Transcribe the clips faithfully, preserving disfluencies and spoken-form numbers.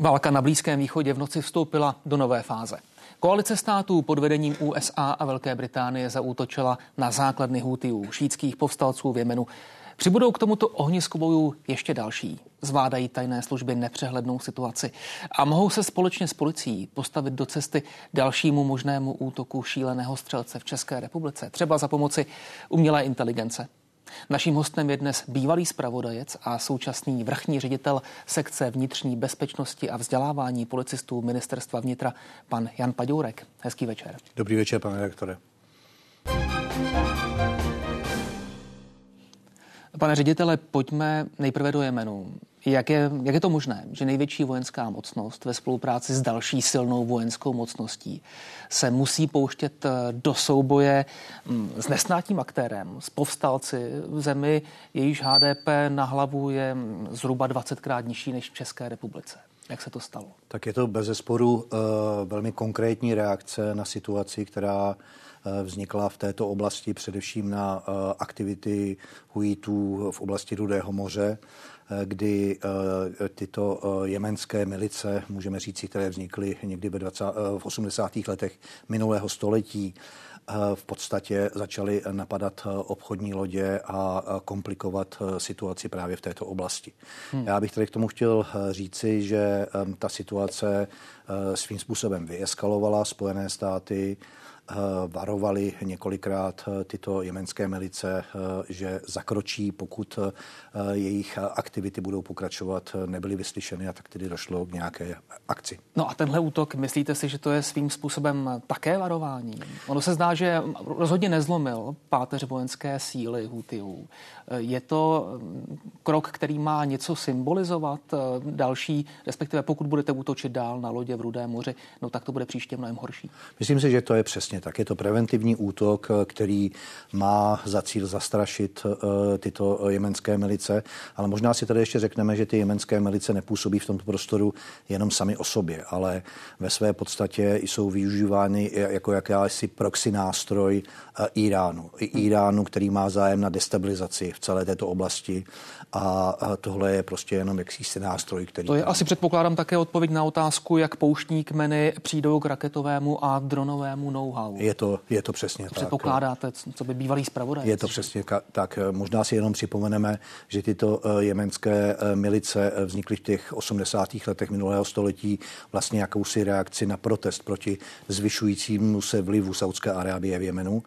Válka na Blízkém východě v noci vstoupila do nové fáze. Koalice států pod vedením U S A a Velké Británie zaútočila na základny Hútiů, šítských povstalců v Jemenu. Přibudou k tomuto ohnisku bojů ještě další. Zvládají tajné služby nepřehlednou situaci a mohou se společně s policií postavit do cesty dalšímu možnému útoku šíleného střelce v České republice, třeba za pomoci umělé inteligence. Naším hostem je dnes bývalý zpravodajec a současný vrchní ředitel sekce vnitřní bezpečnosti a vzdělávání policistů Ministerstva vnitra, pan Jan Paďourek. Hezký večer. Dobrý večer, pane redaktore. Pane ředitele, pojďme nejprve do Jemenu. Jak je, jak je to možné, že největší vojenská mocnost ve spolupráci s další silnou vojenskou mocností se musí pouštět do souboje s nesnátním aktérem, s povstalci v zemi, jejíž H D P na hlavu je zhruba dvacetkrát nižší než v České republice? Jak se to stalo? Tak je to bezesporu uh, velmi konkrétní reakce na situaci, která vznikla v této oblasti, především na uh, aktivity Húitů v oblasti Rudého moře, kdy uh, tyto uh, jemenské milice, můžeme říct, které vznikly někdy ve dvacátých uh, v osmdesátých letech minulého století, uh, v podstatě začaly napadat uh, obchodní lodě a uh, komplikovat uh, situaci právě v této oblasti. Hmm. Já bych tady k tomu chtěl uh, říci, že um, ta situace uh, svým způsobem vyeskalovala. Spojené státy varovali několikrát tyto jemenské milice, že zakročí, pokud jejich aktivity budou pokračovat, nebyly vyslyšeny, a tak tedy došlo k nějaké akci. No a tenhle útok, myslíte si, že to je svým způsobem také varování? Ono se zdá, že rozhodně nezlomil páteř vojenské síly Hútiů. Je to krok, který má něco symbolizovat další, respektive pokud budete útočit dál na lodě v Rudém moři, no tak to bude příště mnohem horší. Myslím si, že to je přesně tak. Je to preventivní útok, který má za cíl zastrašit uh, tyto jemenské milice, ale možná si tady ještě řekneme, že ty jemenské milice nepůsobí v tomto prostoru jenom sami o sobě, ale ve své podstatě jsou využívány jako jakási proxy nástroj uh, Iránu. I Iránu, který má zájem na destabilizaci v celé této oblasti, a uh, tohle je prostě jenom jakýsi nástroj, který... To je tam... asi, předpokládám, také odpověď na otázku, jak pouštní kmeny přijdou k raketovému a dronovému know-how. Je to, je to přesně tak. Předpokládáte, co by bývalý zpravodaj? Je to přesně tak. Možná si jenom připomeneme, že tyto jemenské milice vznikly v těch osmdesátých letech minulého století vlastně jakousi reakci na protest proti zvyšujícímu se vlivu Saúdské Arábie v Jemenu.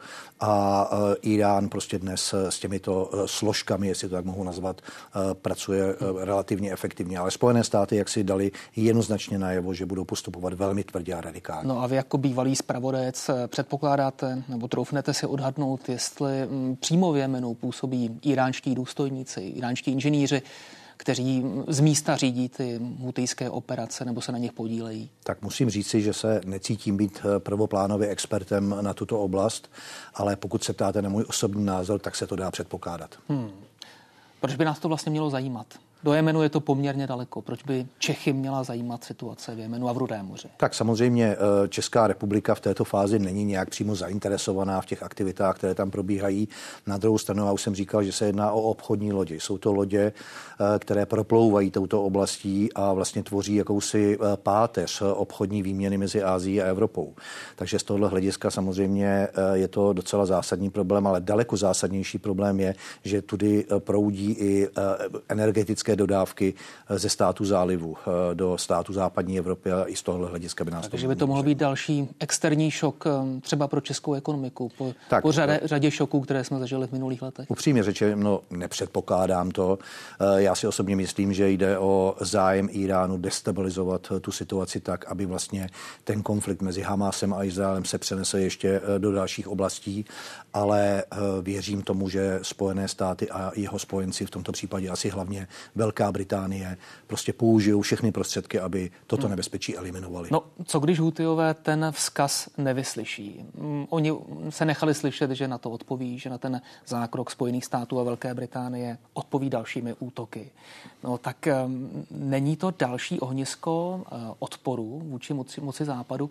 A Irán prostě dnes s těmito složkami, jestli to tak mohu nazvat, pracuje relativně efektivně. Ale Spojené státy jak si dali jednoznačně najevo, že budou postupovat velmi tvrdě a radikálně. No a vy jako bývalý zpravodajec předpokládáte, nebo troufnete si odhadnout, jestli přímo v Jemenu působí iránští důstojníci, iránští inženýři, kteří z místa řídí ty hútijské operace nebo se na nich podílejí? Tak musím říci, že se necítím být prvoplánově expertem na tuto oblast, ale pokud se ptáte na můj osobní názor, tak se to dá předpokládat. Hmm. Proč by nás to vlastně mělo zajímat? Do Jemenu je to poměrně daleko. Proč by Čechy měla zajímat situace v Jemenu a v Rudém moři? Tak samozřejmě Česká republika v této fázi není nějak přímo zainteresovaná v těch aktivitách, které tam probíhají. Na druhou stranu, já už jsem říkal, že se jedná o obchodní lodi. Jsou to lodě, které proplouvají touto oblastí a vlastně tvoří jakousi páteř obchodní výměny mezi Asií a Evropou. Takže z tohohle hlediska samozřejmě je to docela zásadní problém, ale daleko zásadnější problém je, že tudy proudí i energetické dodávky ze států zálivu do států západní Evropy, a i z tohohle hlediska by nás to... Takže by to mohlo být další externí šok třeba pro českou ekonomiku po, tak, po řadě, řadě šoků, které jsme zažili v minulých letech. Upřímně řečeno, nepředpokládám to. Já si osobně myslím, že jde o zájem Iránu destabilizovat tu situaci tak, aby vlastně ten konflikt mezi Hamásem a Izraelem se přenesl ještě do dalších oblastí, ale věřím tomu, že Spojené státy a jeho spojenci, v tomto případě asi hlavně Velká Británie, prostě použijou všechny prostředky, aby toto hmm. nebezpečí eliminovali. No, co když Hútiové ten vzkaz nevyslyší? Oni se nechali slyšet, že na to odpoví, že na ten zákrok Spojených států a Velké Británie odpoví dalšími útoky. No tak um, není to další ohnisko uh, odporu vůči moci, moci západu?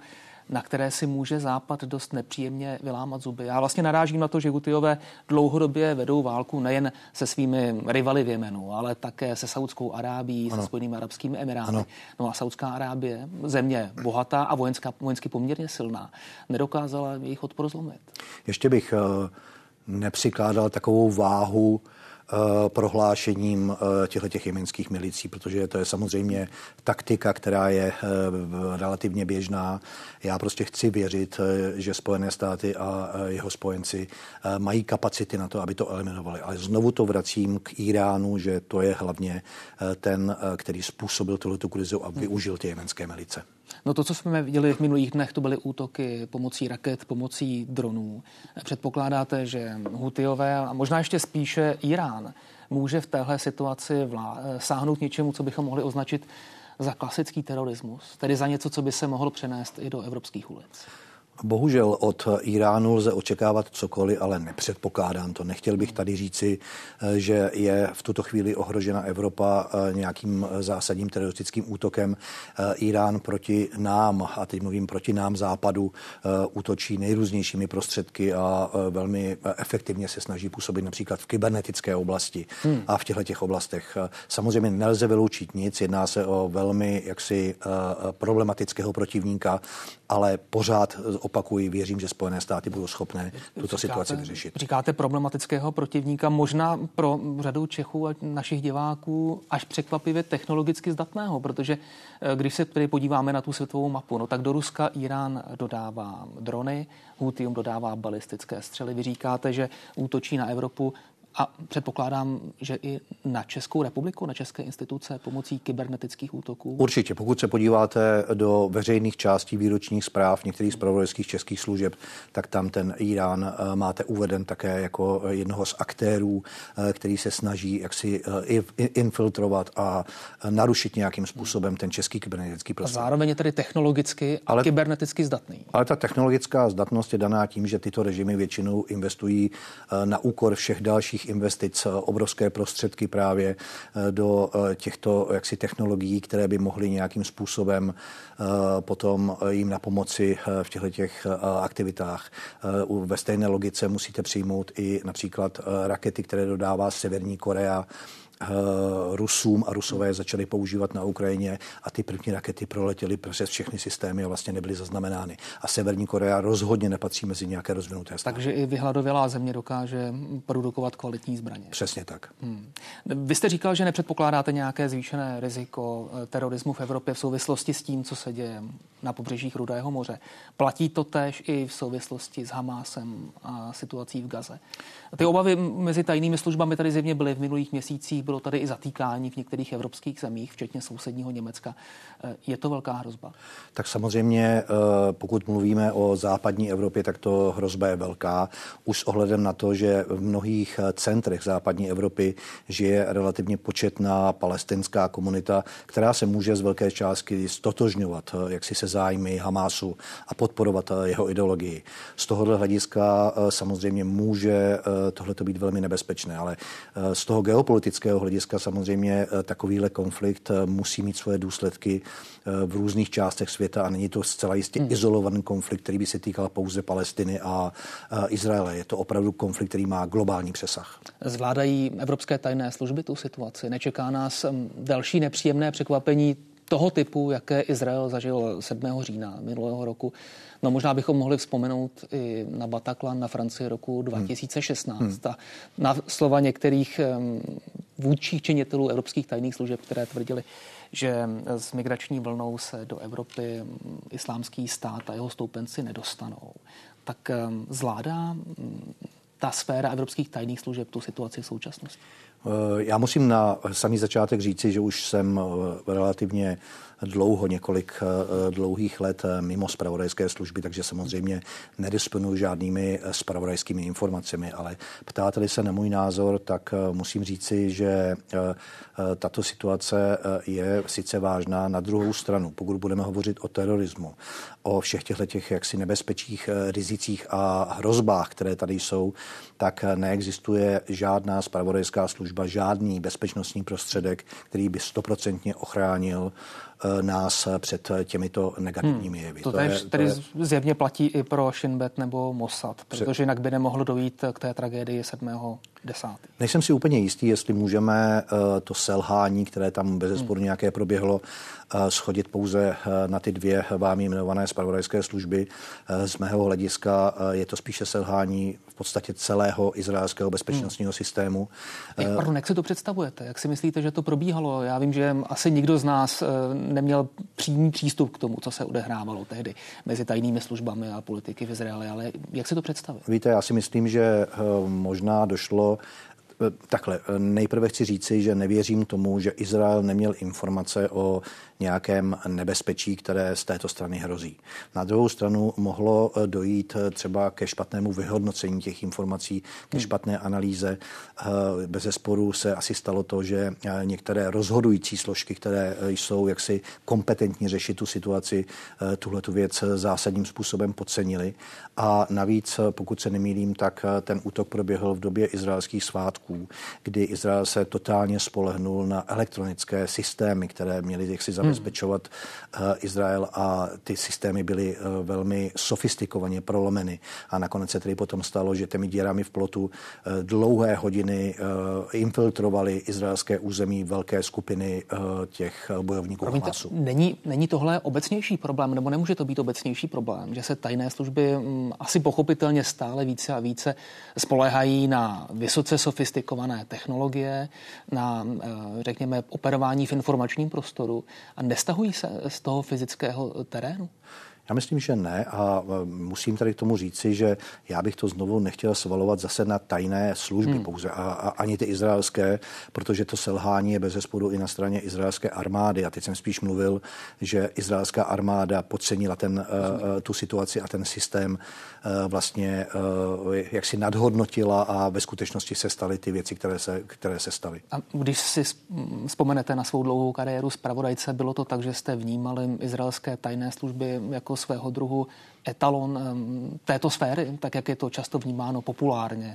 na které si může Západ dost nepříjemně vylámat zuby. Já vlastně narážím na to, že Hutiové dlouhodobě vedou válku nejen se svými rivaly v Jemenu, ale také se Saudskou Arábií, ano. se Spojenými arabskými emiráty. Ano. No a Saudská Arábie, země bohatá a vojenská, vojensky poměrně silná, nedokázala jejich odpor zlomit. Ještě bych uh, nepřikládal takovou váhu prohlášením těchto jemenských milicí, protože to je samozřejmě taktika, která je relativně běžná. Já prostě chci věřit, že Spojené státy a jeho spojenci mají kapacity na to, aby to eliminovali. Ale znovu to vracím k Iránu, že to je hlavně ten, který způsobil tuhletu krizi a využil ty jemenské milice. No to, co jsme viděli v minulých dnech, to byly útoky pomocí raket, pomocí dronů. Předpokládáte, že Hutiové a možná ještě spíše Irán může v téhle situaci vlá- sáhnout něčemu, co bychom mohli označit za klasický terorismus, tedy za něco, co by se mohlo přenést i do evropských ulic? Bohužel od Iránu lze očekávat cokoliv, ale nepředpokládám to. Nechtěl bych tady říci, že je v tuto chvíli ohrožena Evropa nějakým zásadním teroristickým útokem. Irán proti nám, a teď mluvím proti nám Západu, útočí nejrůznějšími prostředky a velmi efektivně se snaží působit například v kybernetické oblasti hmm. a v těchto těch oblastech. Samozřejmě nelze vyloučit nic, jedná se o velmi jaksi problematického protivníka, ale pořád opakuji, věřím, že Spojené státy budou schopné tuto říkáte, situaci vyřešit. Říkáte problematického protivníka, možná pro řadu Čechů a našich diváků až překvapivě technologicky zdatného, protože když se tedy podíváme na tu světovou mapu, no tak do Ruska Irán dodává drony, Hutium dodává balistické střely. Vy říkáte, že útočí na Evropu a předpokládám, že i na Českou republiku, na české instituce pomocí kybernetických útoků? Určitě. Pokud se podíváte do veřejných částí výročních zpráv některých zpravodajských českých služeb, tak tam ten Irán máte uveden také jako jednoho z aktérů, který se snaží jaksi infiltrovat a narušit nějakým způsobem ten český kybernetický prostor. A zároveň je tedy technologicky a ale, kyberneticky zdatný. Ale ta technologická zdatnost je daná tím, že tyto režimy většinou investují na úkor všech dalších investic, obrovské prostředky právě do těchto jaksi technologií, které by mohly nějakým způsobem potom jim na pomoci v těchto těch aktivitách. Ve stejné logice musíte přijmout i například rakety, které dodává Severní Korea Rusům a Rusové začali používat na Ukrajině a ty první rakety proletěly přes všechny systémy a vlastně nebyly zaznamenány. A Severní Korea rozhodně nepatří mezi nějaké rozvinuté státy. Takže i vyhladovělá země dokáže produkovat kvalitní zbraně. Přesně tak. Hmm. Vy jste říkal, že nepředpokládáte nějaké zvýšené riziko terorismu v Evropě v souvislosti s tím, co se děje na pobřežích Rudého moře. Platí to též i v souvislosti s Hamásem a situací v Gaze. Ty obavy mezi tajnými službami tady zjevně byly v minulých měsících. Bylo tady i zatýkání v některých evropských zemích, včetně sousedního Německa. Je to velká hrozba? Tak samozřejmě, pokud mluvíme o západní Evropě, tak to hrozba je velká. Už s ohledem na to, že v mnohých centrech západní Evropy žije relativně početná palestinská komunita, která se může z velké částky stotožňovat jaksi se zájmy Hamásu a podporovat jeho ideologii. Z tohohle hlediska samozřejmě může tohleto být velmi nebezpečné, ale z toho geopolitického hlediska samozřejmě takovýhle konflikt musí mít svoje důsledky v různých částech světa a není to zcela jistě hmm. izolovaný konflikt, který by se týkal pouze Palestiny a Izraele. Je to opravdu konflikt, který má globální přesah. Zvládají evropské tajné služby tu situaci? Nečeká nás další nepříjemné překvapení toho typu, jaké Izrael zažil sedmého října minulého roku? No možná bychom mohli vzpomenout i na Bataclan na Francii roku dva tisíce šestnáct hmm. a na slova některých vůdčích činitelů evropských tajných služeb, které tvrdili, že s migrační vlnou se do Evropy islámský stát a jeho stoupenci nedostanou. Tak zvládá ta sféra evropských tajných služeb tu situaci v současnosti? Já musím na samý začátek říci, že už jsem relativně dlouho, několik dlouhých let mimo zpravodajské služby, takže samozřejmě nedisponuji žádnými zpravodajskými informacemi, ale ptáte-li se na můj názor, tak musím říci, že tato situace je sice vážná. Na druhou stranu, pokud budeme hovořit o terorismu, o všech těchto těch jaksi nebezpečích rizicích a hrozbách, které tady jsou, tak neexistuje žádná zpravodajská služba, žádný bezpečnostní prostředek, který by stoprocentně ochránil nás před těmito negativními jevy. Hmm. To, to je, tedy to je... zjevně platí i pro Shin Bet nebo Mossad, protože jinak by nemohlo dojít k té tragédii sedmého desátého Nejsem si úplně jistý, jestli můžeme to selhání, které tam bezesporu nějaké proběhlo, shodit pouze na ty dvě vámi jmenované zpravodajské služby. Z mého hlediska je to spíše selhání v podstatě celého izraelského bezpečnostního systému. Jak, pardon, jak si to představujete? Jak si myslíte, že to probíhalo? Já vím, že asi nikdo z nás neměl přímý přístup k tomu, co se odehrávalo tehdy mezi tajnými službami a politiky v Izraeli, ale jak si to představit? Víte, já si myslím, že možná došlo takhle. Nejprve chci říci, že nevěřím tomu, že Izrael neměl informace o nějakém nebezpečí, které z této strany hrozí. Na druhou stranu mohlo dojít třeba ke špatnému vyhodnocení těch informací, ke špatné analýze. Bezesporu se asi stalo to, že některé rozhodující složky, které jsou jaksi kompetentní řešit tu situaci, tuhletu věc zásadním způsobem podcenili. A navíc, pokud se nemýlím, tak ten útok proběhl v době izraelských svátků, kdy Izrael se totálně spolehnul na elektronické systémy, které měly jaksi zabezpečovat hmm. Izrael, a ty systémy byly velmi sofistikovaně prolomeny. A nakonec se tedy potom stalo, že těmi dírami v plotu dlouhé hodiny infiltrovaly izraelské území velké skupiny těch bojovníků Hamasu. Není, není tohle obecnější problém, nebo nemůže to být obecnější problém, že se tajné služby asi pochopitelně stále více a více spoléhají na vysoce sofistikované technologie, na, řekněme, operování v informačním prostoru a nestahují se z toho fyzického terénu? Já myslím, že ne, a musím tady k tomu říci, že já bych to znovu nechtěl svalovat zase na tajné služby hmm. pouze a, a ani ty izraelské, protože to selhání je bezesporu i na straně izraelské armády. A teď jsem spíš mluvil, že izraelská armáda podcenila ten, uh, tu situaci a ten systém uh, vlastně uh, jak si nadhodnotila a ve skutečnosti se staly ty věci, které se, které se staly. A když si vzpomenete na svou dlouhou kariéru zpravodajce, bylo to tak, že jste vnímali izraelské tajné služby jako svého druhu etalon této sféry, tak jak je to často vnímáno populárně?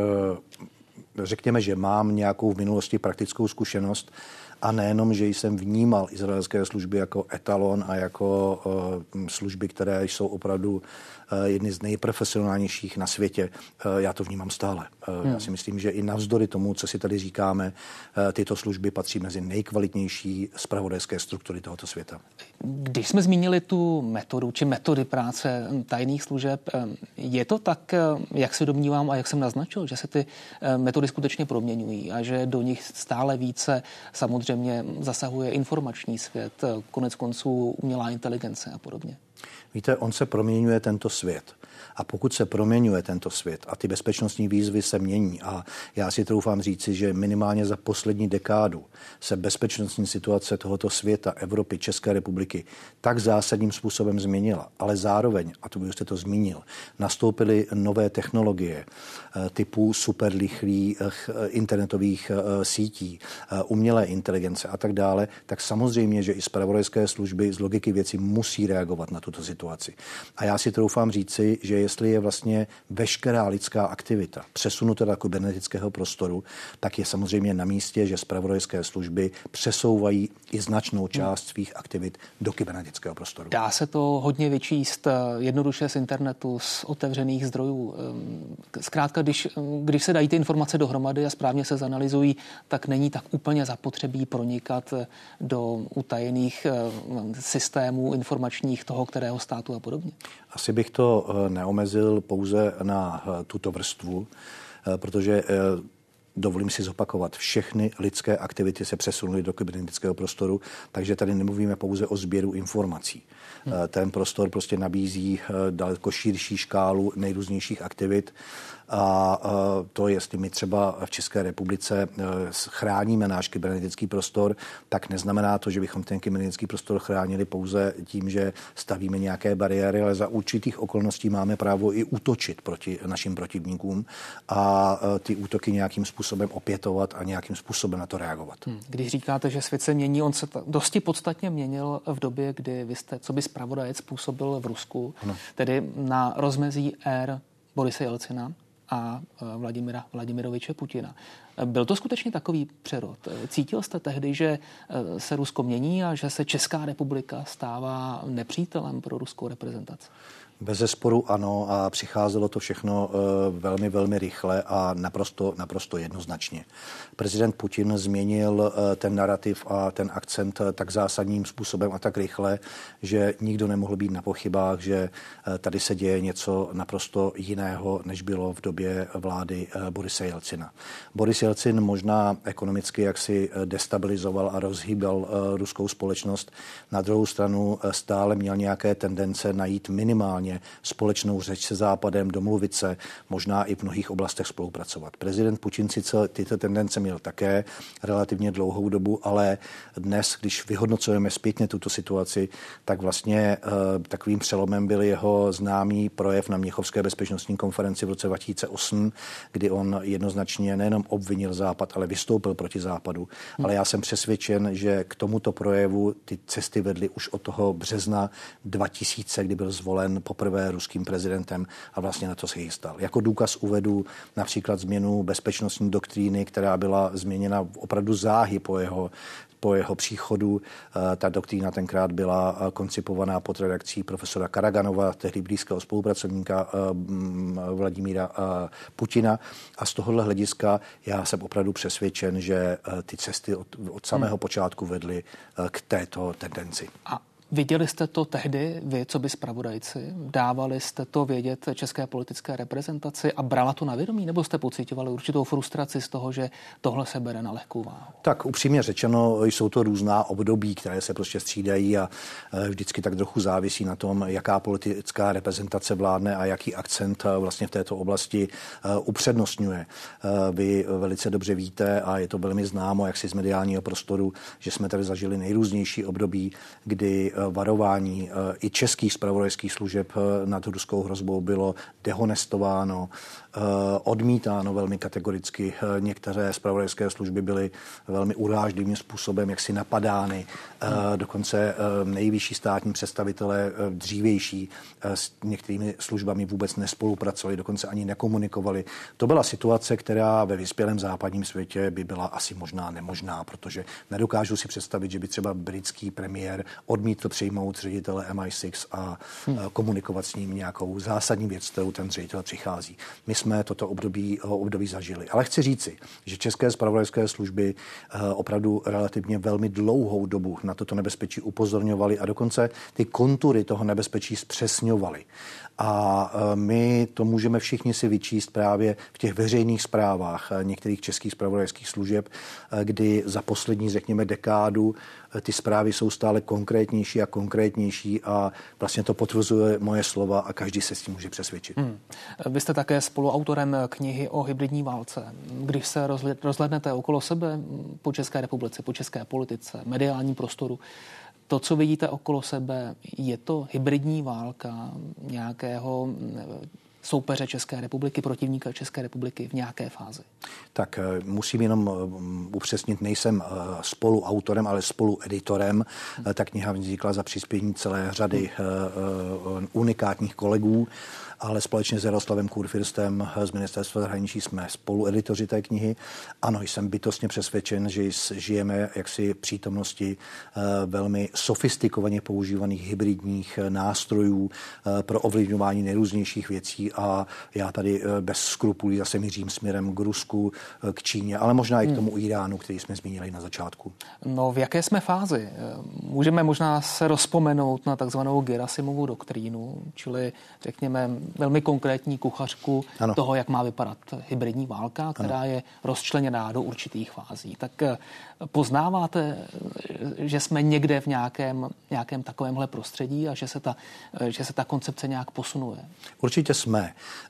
Řekněme, že mám nějakou v minulosti praktickou zkušenost a nejenom, že jsem vnímal izraelské služby jako etalon a jako služby, které jsou opravdu jedny z nejprofesionálnějších na světě. Já to vnímám stále. Hmm. Já si myslím, že i navzdory tomu, co si tady říkáme, tyto služby patří mezi nejkvalitnější zpravodajské struktury tohoto světa. Když jsme zmínili tu metodu, či metody práce tajných služeb, je to tak, jak se domnívám a jak jsem naznačil, že se ty metody skutečně proměňují a že do nich stále více samozřejmě zasahuje informační svět, konec konců umělá inteligence a podobně? Víte, on se proměňuje tento svět. A pokud se proměňuje tento svět a ty bezpečnostní výzvy se mění, a já si troufám říci, že minimálně za poslední dekádu se bezpečnostní situace tohoto světa, Evropy, České republiky tak zásadním způsobem změnila, ale zároveň, a to byste to zmínil, nastoupily nové technologie typu superrychlých internetových sítí, umělé inteligence a tak dále, tak samozřejmě, že i zpravodajské služby z logiky věci musí reagovat na tuto situaci. A já si troufám říci, že jestli je vlastně veškerá lidská aktivita přesunuta do kybernetického prostoru, tak je samozřejmě na místě, že zpravodajské služby přesouvají i značnou část svých aktivit do kybernetického prostoru. Dá se to hodně vyčíst jednoduše z internetu, z otevřených zdrojů. Zkrátka, když, když se dají ty informace dohromady a správně se zanalyzují, tak není tak úplně zapotřebí pronikat do utajených systémů informačních toho, kterého státu a podobně. Asi bych to neomezil pouze na tuto vrstvu, protože dovolím si zopakovat, všechny lidské aktivity se přesunuly do kybernetického prostoru, takže tady nemluvíme pouze o sběru informací. Hmm. Ten prostor prostě nabízí daleko širší škálu nejrůznějších aktivit a to, jestli my třeba v České republice chráníme náš kybernetický prostor, tak neznamená to, že bychom ten kybernetický prostor chránili pouze tím, že stavíme nějaké bariéry, ale za určitých okolností máme právo i útočit proti našim protivníkům a ty útoky nějakým způsobem opětovat a nějakým způsobem na to reagovat. Když říkáte, že svět se mění, on se dosti podstatně měnil v době, kdy vy jste, co by zpravodajec, působil v Rusku, ano. Tedy na rozmezí ér Borise Jelcina a Vladimira Vladimiroviče Putina. Byl to skutečně takový přerod? Cítil jste tehdy, že se Rusko mění a že se Česká republika stává nepřítelem pro ruskou reprezentaci? Bezesporu ano, a přicházelo to všechno velmi, velmi rychle a naprosto, naprosto jednoznačně. Prezident Putin změnil ten narrativ a ten akcent tak zásadním způsobem a tak rychle, že nikdo nemohl být na pochybách, že tady se děje něco naprosto jiného, než bylo v době vlády Borise Jelcina. Boris Jelcin možná ekonomicky jaksi destabilizoval a rozhýbal ruskou společnost. Na druhou stranu stále měl nějaké tendence najít minimálně společnou řeč se Západem, domluvit se, možná i v mnohých oblastech spolupracovat. Prezident Putin sice tyto tendence měl také relativně dlouhou dobu, ale dnes, když vyhodnocujeme zpětně tuto situaci, tak vlastně e, takovým přelomem byl jeho známý projev na Mnichovské bezpečnostní konferenci v roce dva tisíce osm, kdy on jednoznačně nejenom obvinil Západ, ale vystoupil proti Západu. Hmm. Ale já jsem přesvědčen, že k tomuto projevu ty cesty vedly už od toho března dva tisíce, kdy byl zvolen poprvé ruským prezidentem a vlastně na to se chystal. Jako důkaz uvedu například změnu bezpečnostní doktríny, která byla změněna opravdu záhy po jeho po jeho příchodu. Ta doktrína tenkrát byla koncipovaná pod redakcí profesora Karaganova, tehdy blízkého spolupracovníka Vladimíra Putina. A z tohohle hlediska já jsem opravdu přesvědčen, že ty cesty od, od samého hmm. počátku vedly k této tendenci. A viděli jste to tehdy, vy, co by zpravodajci? Dávali jste to vědět české politické reprezentaci a brala to na vědomí? Nebo jste pociťovali určitou frustraci z toho, že tohle se bere na lehkou váhu? Tak upřímně řečeno, jsou to různá období, které se prostě střídají a vždycky tak trochu závisí na tom, jaká politická reprezentace vládne a jaký akcent vlastně v této oblasti upřednostňuje. Vy velice dobře víte, a je to velmi známo, jak si z mediálního prostoru, že jsme tady zažili nejrůznější období, kdy varování i českých zpravodajských služeb nad ruskou hrozbou bylo dehonestováno, odmítáno velmi kategoricky. Některé zpravodajské služby byly velmi urážlivým způsobem jaksi napadány. Dokonce nejvyšší státní představitelé dřívější s některými službami vůbec nespolupracovali, dokonce ani nekomunikovali. To byla situace, která ve vyspělém západním světě by byla asi možná nemožná, protože nedokážu si představit, že by třeba britský premiér odmítl přijmout ředitele M I šest a hmm. komunikovat s ním nějakou zásadní věc, kterou ten ředitel přichází. My jsme toto období, období zažili. Ale chci říci, že české zpravodajské služby opravdu relativně velmi dlouhou dobu na toto nebezpečí upozorňovaly a dokonce ty kontury toho nebezpečí zpřesňovaly. A my to můžeme všichni si vyčíst právě v těch veřejných zprávách některých českých zpravodajských služeb, kdy za poslední, řekněme, dekádu ty zprávy jsou stále konkrétnější a konkrétnější a vlastně to potvrzuje moje slova a každý se s tím může přesvědčit. Hmm. Vy jste také spoluautorem knihy o hybridní válce. Když se rozhlédnete okolo sebe po České republice, po české politice, mediální prostoru, to, co vidíte okolo sebe, je to hybridní válka nějakého soupeře České republiky, protivníka České republiky v nějaké fázi? Tak musím jenom upřesnit, nejsem spoluautorem, ale spolueditorem. Hmm. Ta kniha vznikla za přispění celé řady hmm. unikátních kolegů, ale společně s Jaroslavem Kurfirstem z Ministerstva zahraničí jsme spolueditoři té knihy. Ano, jsem bytostně přesvědčen, že žijeme jaksi v přítomnosti velmi sofistikovaně používaných hybridních nástrojů pro ovlivňování nejrůznějších věcí a já tady bez skrupulí zase mířím směrem k Rusku, k Číně, ale možná i k tomu Iránu, který jsme zmínili na začátku. No, v jaké jsme fázi? Můžeme možná se rozpomenout na takzvanou Gerasimovu doktrínu, čili řekněme velmi konkrétní kuchařku ano. toho, jak má vypadat hybridní válka, která ano. je rozčleněná do určitých fází. Tak poznáváte, že jsme někde v nějakém, nějakém takovémhle prostředí a že se, ta, že se ta koncepce nějak posunuje? Určitě jsme.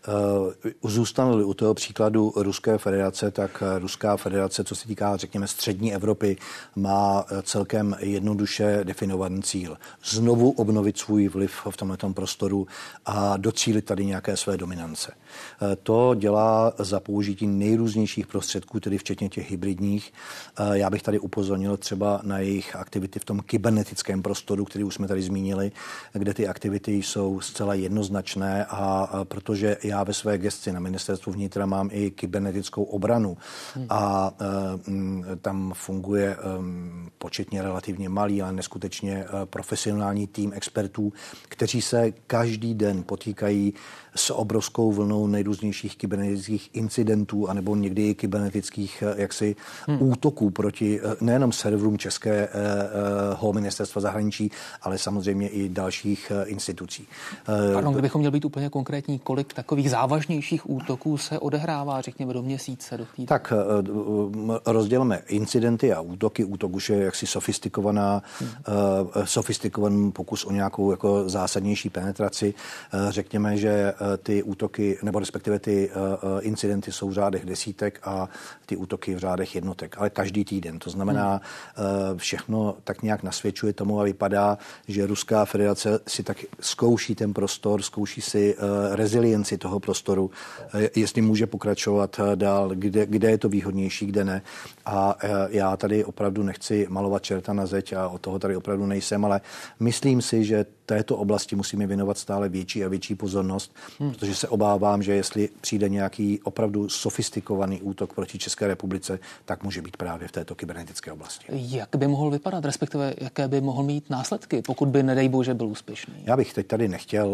Zůstanuli u toho příkladu Ruské federace, tak Ruská federace, co se týká, řekněme, střední Evropy, má celkem jednoduše definovaný cíl. Znovu obnovit svůj vliv v tomto prostoru a docílit tady nějaké své dominance. To dělá za použití nejrůznějších prostředků, tedy včetně těch hybridních. Já bych tady upozornil třeba na jejich aktivity v tom kybernetickém prostoru, který už jsme tady zmínili, kde ty aktivity jsou zcela jednoznačné a proto protože já ve své gesci na ministerstvu vnitra mám i kybernetickou obranu hmm. a um, tam funguje um, početně relativně malý, ale neskutečně uh, profesionální tým expertů, kteří se každý den potýkají s obrovskou vlnou nejrůznějších kybernetických incidentů anebo někdy i kybernetických jaksi hmm. útoků proti nejenom serverům Českého ministerstva zahraničí, ale samozřejmě i dalších institucí. Pardon, kdybychom měli být úplně konkrétní, kolik takových závažnějších útoků se odehrává, řekněme, do měsíce, do týdne? Tak rozdělíme incidenty a útoky. Útok už je jaksi sofistikovaná, hmm. sofistikovaný pokus o nějakou jako zásadnější penetraci. Řekněme, že ty útoky, nebo respektive ty incidenty jsou v řádech desítek a ty útoky v řádech jednotek, ale každý týden. To znamená, hmm. všechno tak nějak nasvědčuje tomu a vypadá, že Ruská federace si tak zkouší ten prostor, zkouší si rezilienci toho prostoru, jestli může pokračovat dál, kde, kde je to výhodnější, kde ne. A já tady opravdu nechci malovat čerta na zeď a od toho tady opravdu nejsem, ale myslím si, že této oblasti musíme věnovat stále větší a větší pozornost, hmm. protože se obávám, že jestli přijde nějaký opravdu sofistikovaný útok proti České republice, tak může být právě v této kybernetické oblasti. Jak by mohl vypadat, respektive jaké by mohl mít následky, pokud by, nedej bože, byl úspěšný? Já bych teď tady nechtěl,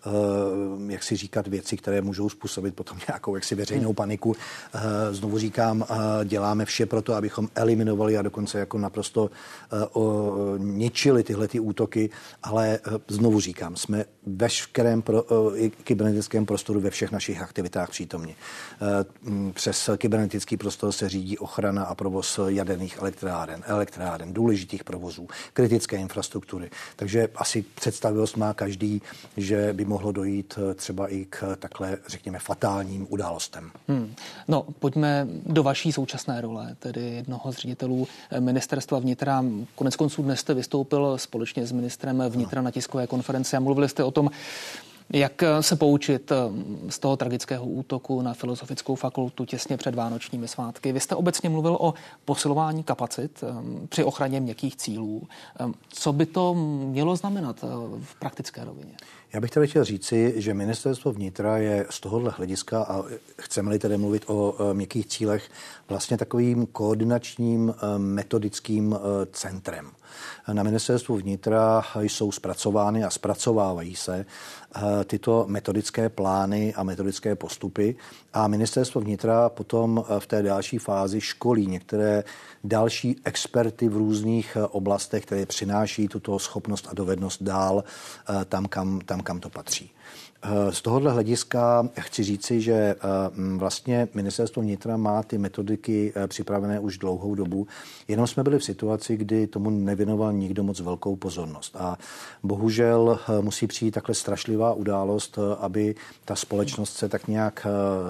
uh, jak si říkat věci, které můžou způsobit potom nějakou jaksi veřejnou hmm. paniku. Uh, znovu říkám, uh, děláme vše pro to, abychom eliminovali a dokonce jako naprosto uh, uh, ničili tyhle ty útoky, ale uh, znovu říkám, jsme ve veškerém pro, uh, kybernetickém prostoru ve všech našich aktivitách přítomni. Uh, přes kybernetický prostor se řídí ochrana a provoz jaderných elektráren, elektráren, důležitých provozů, kritické infrastruktury. Takže asi představivost má každý, že by mohlo dojít třeba i k takhle, řekněme, fatálním událostem. Hmm. No, pojďme do vaší současné role, tedy jednoho z ředitelů ministerstva vnitra. Konec konců dnes jste vystoupil společně s ministrem vnitra na tiskové konferenci a mluvili jste o tom, jak se poučit z toho tragického útoku na Filozofickou fakultu těsně před vánočními svátky. Vy jste obecně mluvil o posilování kapacit při ochraně měkkých cílů. Co by to mělo znamenat v praktické rovině? Já bych tady chtěl říci, že ministerstvo vnitra je z tohohle hlediska, a chceme-li tedy mluvit o měkkých cílech, vlastně takovým koordinačním metodickým centrem. Na ministerstvu vnitra jsou zpracovány a zpracovávají se tyto metodické plány a metodické postupy a ministerstvo vnitra potom v té další fázi školí některé další experty v různých oblastech, které přináší tuto schopnost a dovednost dál tam, kam, tam, kam to patří. Z tohohle hlediska chci říci, že vlastně ministerstvo vnitra má ty metodiky připravené už dlouhou dobu, jenom jsme byli v situaci, kdy tomu nevěnoval nikdo moc velkou pozornost. A bohužel musí přijít takhle strašlivá událost, aby ta společnost se tak nějak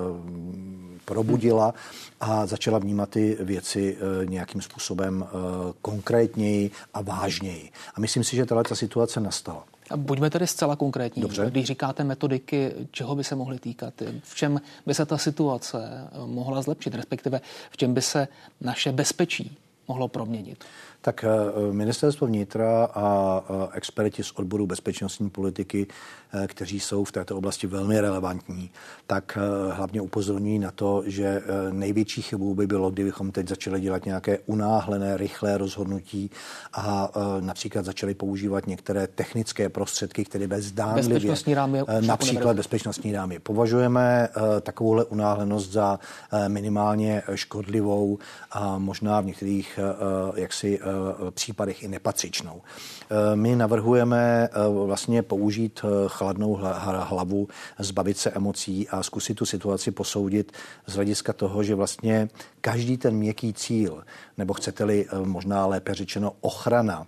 probudila a začala vnímat ty věci nějakým způsobem konkrétněji a vážněji. A myslím si, že tato situace nastala. Buďme tedy zcela konkrétní. Dobře. Když říkáte metodiky, čeho by se mohly týkat? V čem by se ta situace mohla zlepšit, respektive v čem by se naše bezpečí mohlo proměnit? Tak ministerstvo vnitra a experti z odboru bezpečnostní politiky, kteří jsou v této oblasti velmi relevantní, tak hlavně upozorňují na to, že největší chybou by bylo, kdybychom teď začali dělat nějaké unáhlené, rychlé rozhodnutí a například začali používat některé technické prostředky, které bezdánlivě, bezpečnostní rámy, například bezpečnostní rámy. Považujeme takovouhle unáhlenost za minimálně škodlivou a možná v některých jaksi případech i nepatřičnou. My navrhujeme vlastně použít chladnou hlavu, zbavit se emocí a zkusit tu situaci posoudit z hlediska toho, že vlastně každý ten měkký cíl, nebo chcete-li možná lépe řečeno ochrana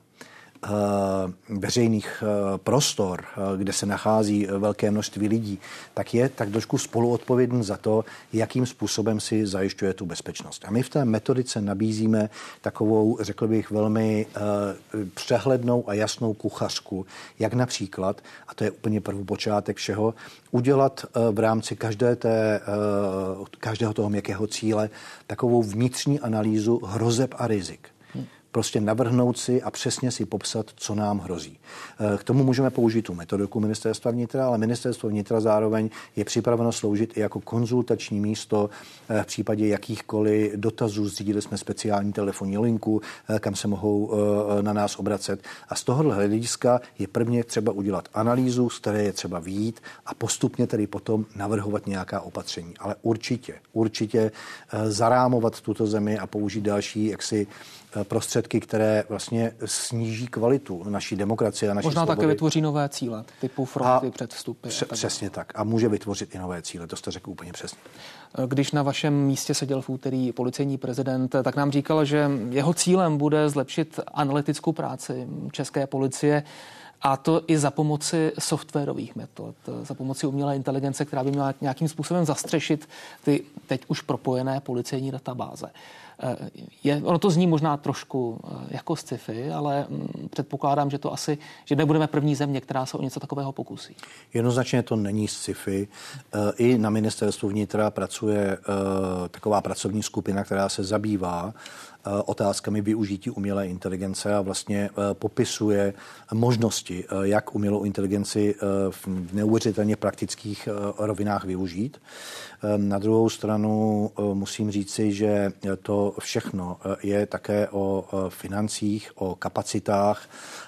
veřejných prostor, kde se nachází velké množství lidí, tak je tak trošku spoluodpovědný za to, jakým způsobem si zajišťuje tu bezpečnost. A my v té metodice nabízíme takovou, řekl bych, velmi přehlednou a jasnou kuchařku, jak například, a to je úplně prvopočátek všeho, udělat v rámci každé té, každého toho měkkého cíle takovou vnitřní analýzu hrozeb a rizik. prostě navrhnout si a přesně si popsat, co nám hrozí. K tomu můžeme použít tu metodiku ministerstva vnitra, ale ministerstvo vnitra zároveň je připraveno sloužit i jako konzultační místo v případě jakýchkoliv dotazů. Zřídili jsme speciální telefonní linku, kam se mohou na nás obracet. A z tohohle hlediska je prvně třeba udělat analýzu, z které je třeba vyjít a postupně tedy potom navrhovat nějaká opatření. Ale určitě, určitě zarámovat tuto zemi a použít další jaksi prostředky, které vlastně sníží kvalitu naší demokracie a naší Možná svobody. také vytvoří nové cíle, typu fronty před vstupy. Pře- přesně tak. A může vytvořit i nové cíle. To jste řekl úplně přesně. Když na vašem místě seděl v úterý policejní prezident, tak nám říkal, že jeho cílem bude zlepšit analytickou práci české policie, a to i za pomoci softwarových metod, za pomoci umělé inteligence, která by měla nějakým způsobem zastřešit ty teď už propojené policejní databáze. Je, ono to zní možná trošku jako sci-fi, ale předpokládám, že to asi, že nebudeme první země, která se o něco takového pokusí. Jednoznačně to není sci-fi. I na ministerstvu vnitra pracuje taková pracovní skupina, která se zabývá otázkami využití umělé inteligence a vlastně popisuje možnosti, jak umělou inteligenci v neuvěřitelně praktických rovinách využít. Na druhou stranu musím říci, že to všechno je také o financích, o kapacitách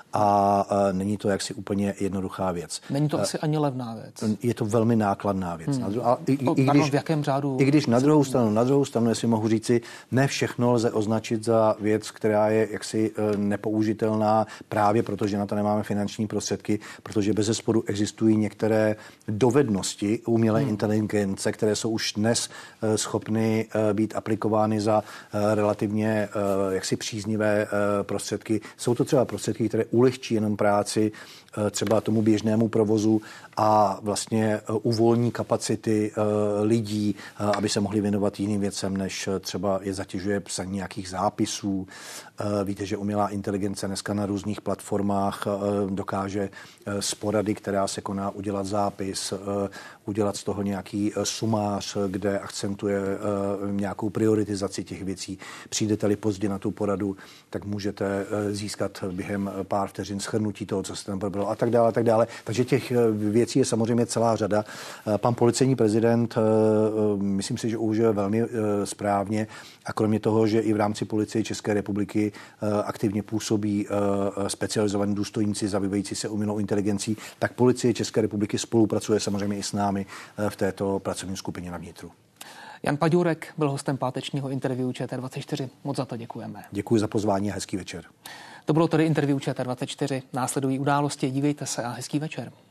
a není to jaksi úplně jednoduchá věc. Není to asi ani levná věc. Je to velmi nákladná věc. Hmm. A i, i, i, když, Pardon, v jakém řádu? I když na druhou stranu, na druhou stranu, jestli mohu říci, ne všechno lze označit za věc, která je jaksi nepoužitelná právě proto, že na to nemáme finanční prostředky, protože bezesporu existují některé dovednosti umělé hmm. inteligence, které jsou už dnes schopny být aplikovány za relativně jaksi příznivé prostředky. Jsou to třeba prostředky, které ulehčí jenom práci třeba tomu běžnému provozu a vlastně uvolní kapacity lidí, aby se mohli věnovat jiným věcem, než třeba je zatěžuje psaní nějakých zápisů. Víte, že umělá inteligence dneska na různých platformách dokáže z porady, která se koná, udělat zápis, udělat z toho nějaký sumář, kde akcentuje nějakou prioritizaci těch věcí. Přijdete-li pozdě na tu poradu, tak můžete získat během pár vteřin shrnutí toho, co jste tam probral a tak dále, a tak dále. Takže těch věcí je samozřejmě celá řada. Pan policejní prezident, myslím si, že užije velmi správně a kromě toho, že i v rámci Policie České republiky aktivně působí specializovaní důstojníci zabývající se umělou inteligencí, tak Policie České republiky spolupracuje samozřejmě i s námi v této pracovní skupině na vnitru. Jan Paďurek byl hostem pátečního interview Č T dvacet čtyři. Moc za to děkujeme. Děkuji za pozvání a hezký večer. To bylo tedy interview Č T dvacet čtyři. Následují události, dívejte se a hezký večer.